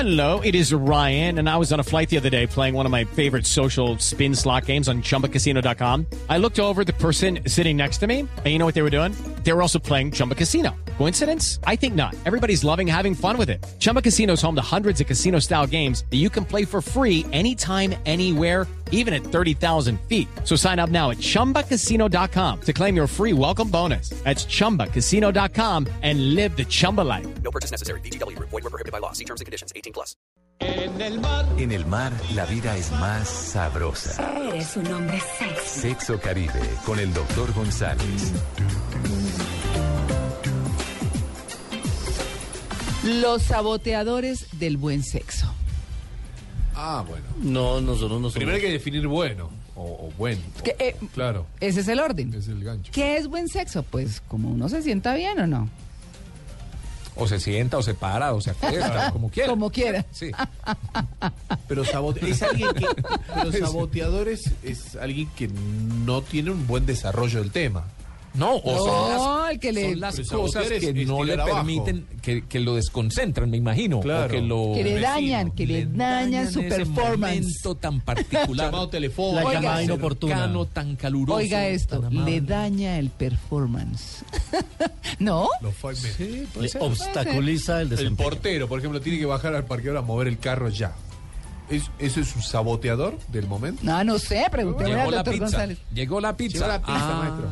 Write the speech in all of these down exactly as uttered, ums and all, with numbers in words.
Hello, it is Ryan, and I was on a flight the other day playing one of my favorite social spin slot games on Chumba Casino dot com. I looked over at the person sitting next to me, and you know what they were doing? They were also playing Chumba Casino. Coincidence? I think not. Everybody's loving having fun with it. Chumba Casino is home to hundreds of casino-style games that you can play for free anytime, anywhere, even at thirty thousand feet. So sign up now at Chumba Casino dot com to claim your free welcome bonus. That's Chumba Casino dot com and live the Chumba life. No purchase necessary. V G W. Void where prohibited by law. See terms and conditions. eighteen plus. En el mar. En el mar, la vida es más sabrosa. Eres un hombre sexy. Sexo Caribe, con el doctor González. Los saboteadores del buen sexo. Ah, bueno. No, nosotros no somos. Primero hay que definir bueno o, o buen. Que, eh, Claro, Ese es el orden. es el gancho. ¿Qué es buen sexo? Pues como uno se sienta bien o no. O se sienta, o se para, o se acuesta, como quiera. Como quiera. Sí. Pero sabote es alguien que pero saboteador es, es alguien que no tiene un buen desarrollo del tema. No, o No, son las, el que le- son las Pero cosas sabotear es- que es no le tirar abajo. permiten, que, que lo desconcentran, me imagino. Claro. O que lo Que le vecino, dañan, que le, dañan su ese performance. momento tan particular. Llamado telefónico. La Oiga, llamada inoportuna. cercano, tan caluroso. Oiga esto, tan amable. le daña el performance. ¿No? Los five men. Sí, puede Le ser. obstaculiza el El desempeño. portero, por ejemplo, tiene que bajar al parqueador a mover el carro ya. ¿Es, ¿Eso es un saboteador del momento? No, no sé, pregúnteme Llegó al la doctor pizza. González. Llegó la pizza. Llegó la pizza, Ah, maestro.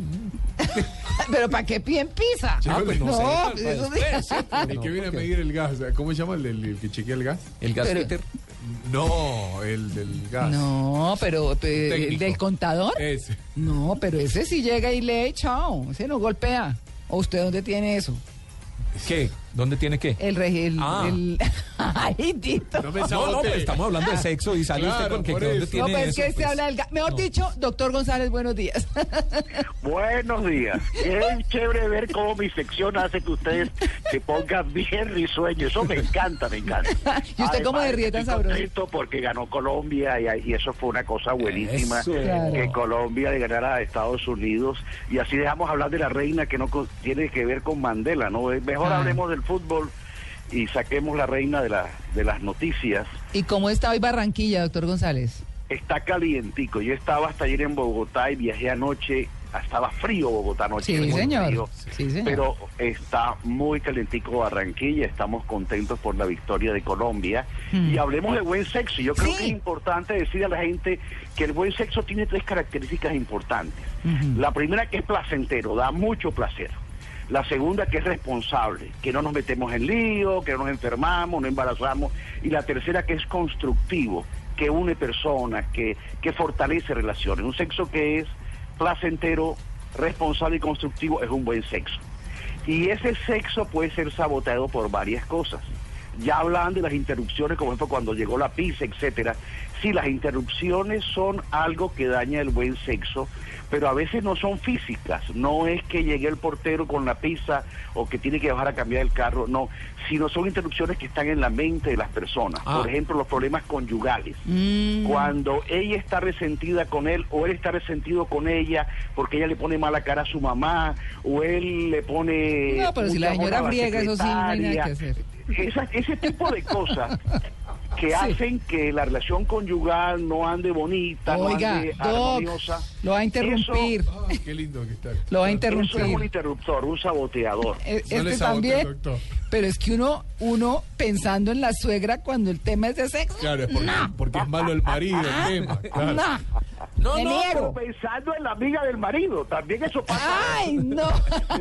¿Pero para qué piden pizza? Ah, pues no no, sé, pues eso después, sí. El No, que viene a porque- medir el gas. ¿Cómo se llama el, del- el que chequea el gas? El gasketer. No, el del gas. No, pero eh, Técnico. ¿del contador? Ese. No, pero ese sí llega y lee, chao. Ese no golpea. ¿O usted dónde tiene eso? ¿Qué? ¿Dónde tiene qué? El regi- el, Ah. el... Ay, Tito. No me No, no, sabote. pero estamos hablando de sexo y sale Claro, usted con que por ¿dónde eso. tiene No, pues es eso? que este Pues, habla del... ga- Mejor no. dicho, doctor González, buenos días. Buenos días. Es chévere ver cómo mi sección hace que ustedes se pongan bien risueños. Eso me encanta, me encanta. ¿Y usted cómo se ríe tan estoy sabroso? contento porque ganó Colombia y, y eso fue una cosa buenísima. Eso. Claro. Que Colombia le ganara a Estados Unidos. Y así dejamos hablar de la reina que no co- tiene que ver con Mandela, ¿no? Mejor Ah. hablemos del fútbol y saquemos la reina de, la, de las noticias. ¿Y cómo está hoy Barranquilla, doctor González? Está calientico. Yo estaba hasta ayer en Bogotá y viajé anoche. Estaba frío Bogotá anoche. Sí, muy señor. frío, Sí, señor. Pero está muy calientico Barranquilla. Estamos contentos por la victoria de Colombia. Hmm. Y hablemos de buen sexo. Yo creo Sí. que es importante decir a la gente que el buen sexo tiene tres características importantes. Ujú. La primera, que es placentero, da mucho placer. La segunda, que es responsable, que no nos metemos en lío, que no nos enfermamos, no embarazamos. Y la tercera, que es constructivo, que une personas, que, que fortalece relaciones. Un sexo que es placentero, responsable y constructivo es un buen sexo. Y ese sexo puede ser saboteado por varias cosas. Ya hablaban de las interrupciones, como ejemplo cuando llegó la pizza, etcétera. Sí, las interrupciones son algo que daña el buen sexo, pero a veces no son físicas. No es que llegue el portero con la pizza o que tiene que bajar a cambiar el carro, no, sino son interrupciones que están en la mente de las personas. Ah. Por ejemplo, los problemas conyugales. Mm. Cuando ella está resentida con él o él está resentido con ella porque ella le pone mala cara a su mamá o él le pone... No, pero si la mucha señora joda a la friega, eso sí, no hay nada que secretaria. hacer. Esa- ese tipo de cosas que Sí. hacen que la relación conyugal no ande bonita, Oiga, no ande Doc, armoniosa. lo va a interrumpir. Eso, Ah, qué lindo que está. Lo va a eso es un interrumpir. interruptor, un saboteador. Eh, No le Este sabote, también. doctor. Pero es que uno, uno pensando en la suegra cuando el tema es de sexo. Claro, es porque, No. porque es malo el marido, el tema. Claro. No. No, Me no, niego. Pensando en la amiga del marido, también eso pasa. Ay, no.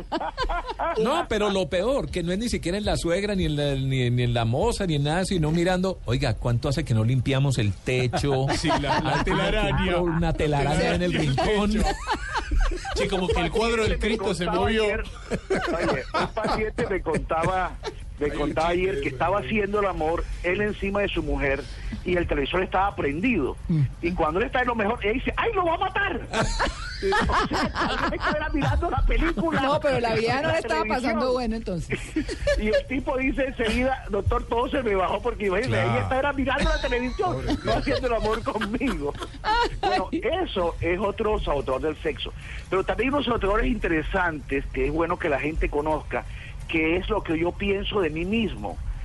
No, pero lo peor, que no es ni siquiera en la suegra, ni en la, ni, ni en la moza, ni en nada, sino mirando, oiga, ¿cuánto hace que no limpiamos el techo? Sí, la, la telaraña. Una telaraña en el rincón. Sí, como que el cuadro del Me Cristo se contaba movió. ayer, oye, un paciente me contaba, me Hay un contaba chiste ayer de que eso, estaba ¿no? haciendo el amor, él encima de su mujer, y el televisor estaba prendido. Mm. Y cuando él está en lo mejor, ella dice, ¡ay, lo va a matar! O sea, tal vez estaba mirando la película. No, pero la vieja no la le estaba televisión. pasando bueno entonces. Y el tipo dice enseguida, doctor, todo se me bajó porque imagínate, Claro. ella estaba mirando la televisión, Pobre no haciendo el amor conmigo. Bueno, eso es otro saboteador del sexo. Pero también unos saboteadores interesantes que es bueno que la gente conozca, que es lo que yo pienso de mí mismo.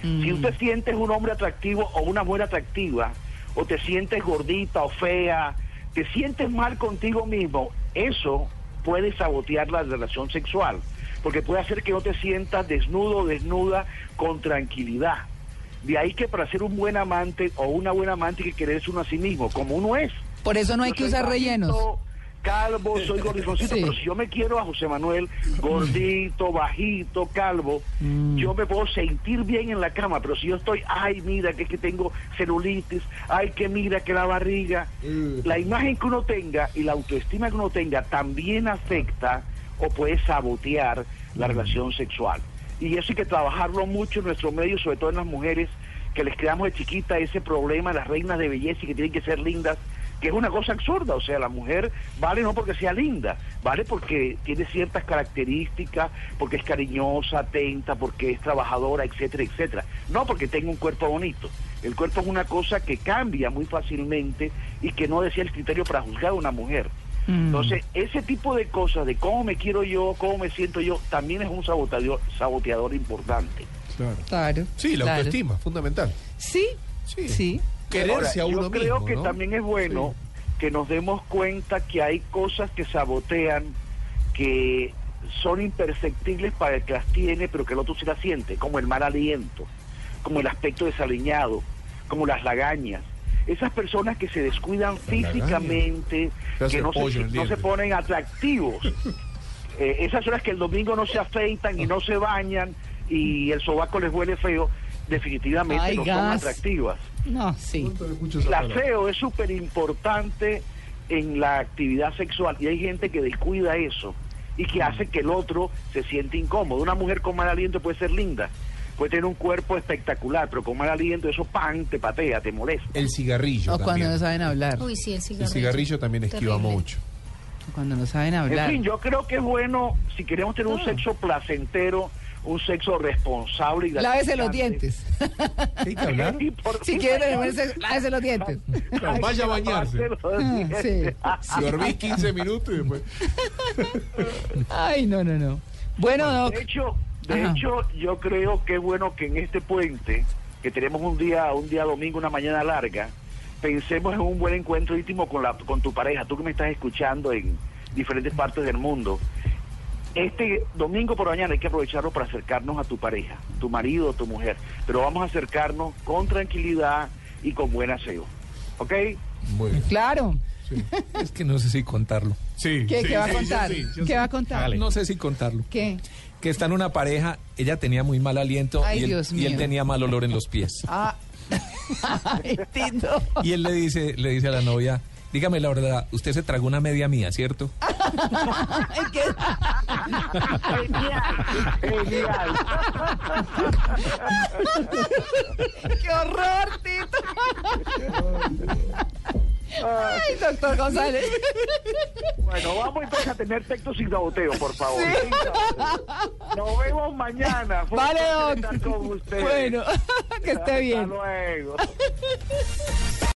Mm. Si tú te sientes un hombre atractivo o una mujer atractiva, o te sientes gordita o fea, te sientes mal contigo mismo, eso puede sabotear la relación sexual, porque puede hacer que no te sientas desnudo o desnuda con tranquilidad. De ahí que para ser un buen amante o una buena amante hay que quererse uno a sí mismo, como uno es. Por eso no hay Yo que soy usar bajito, rellenos. calvo, soy gordizoncito, Sí. pero si yo me quiero a José Manuel gordito, bajito, calvo, Mm. yo me puedo sentir bien en la cama, pero si yo estoy, ay, mira que es que tengo celulitis, ay, que mira que la barriga, la imagen que uno tenga y la autoestima que uno tenga también afecta o puede sabotear la relación sexual. Y eso hay que trabajarlo mucho en nuestro medio, sobre todo en las mujeres, que les creamos de chiquita ese problema, las reinas de belleza y que tienen que ser lindas, que es una cosa absurda. O sea, la mujer vale no porque sea linda, vale porque tiene ciertas características, porque es cariñosa, atenta, porque es trabajadora, etcétera, etcétera. No porque tenga un cuerpo bonito. El cuerpo es una cosa que cambia muy fácilmente y que no decía el criterio para juzgar a una mujer. Mm. Entonces, ese tipo de cosas, de cómo me quiero yo, cómo me siento yo, también es un saboteador, saboteador importante. Claro. Claro. Sí, la claro. autoestima, fundamental. Sí, Sí. sí. Quererse Ahora, a uno yo creo mismo, que ¿no? también es bueno que nos demos cuenta que hay cosas que sabotean, que son imperceptibles para el que las tiene, pero que el otro sí las siente, como el mal aliento, como el aspecto desaliñado, como las lagañas. Esas personas que se descuidan físicamente, Se hace que no pollo se, en no diente. se ponen atractivos. Eh, esas horas que el domingo no se afeitan y no se bañan y el sobaco les huele feo, definitivamente Ay, no son gas. atractivas. No, sí. El aseo es súper importante en la actividad sexual y hay gente que descuida eso y que hace que el otro se siente incómodo. Una mujer con mal aliento puede ser linda, puede tener un cuerpo espectacular, pero con mal aliento eso pan, te patea, te molesta. El cigarrillo O cuando también. no saben hablar. Uy, sí, el El cigarrillo. cigarrillo también esquiva Terrible. mucho. O cuando no saben En hablar. fin, yo creo que es bueno, si queremos tener un Ah. sexo placentero, un sexo responsable y Lávese los gratificante. dientes. ¿Qué hay que hablar? Y por- Si quiere tener buen sexo, lávese los dientes. Claro, vaya a bañarse. Lavarse los Ah, dientes. sí. Dormís quince minutos y después... Ay, no, no, no. Bueno, Doc. De hecho, de Ajá. hecho, yo creo que es bueno que en este puente, que tenemos un día, un día domingo, una mañana larga, pensemos en un buen encuentro íntimo con la, con tu pareja, tú que me estás escuchando en diferentes partes del mundo. Este domingo por la mañana hay que aprovecharlo para acercarnos a tu pareja, tu marido o tu mujer, pero vamos a acercarnos con tranquilidad y con buen aseo, ¿ok? Muy bien. Claro. Es que no sé si contarlo. Sí, ¿Qué, sí, qué va a sí, yo contar? sí, yo ¿Qué sí. va a contar? No sé si contarlo. ¿Qué? Que está en una pareja, ella tenía muy mal aliento Ay, y, él, Dios y él mío. tenía mal olor en los pies. Ah. Ay, Tito. Y él le dice, le dice a la novia, dígame la verdad, usted se tragó una media mía, ¿cierto? Ay, qué... Genial, genial. ¡Qué horror, Tito! Ay, doctor González. Bueno, vamos entonces a tener texto sin saboteo, por favor. Sin saboteo. Nos vemos mañana. Fue un Vale, placer Doc. estar con ustedes. Bueno, que esté Hasta bien. luego.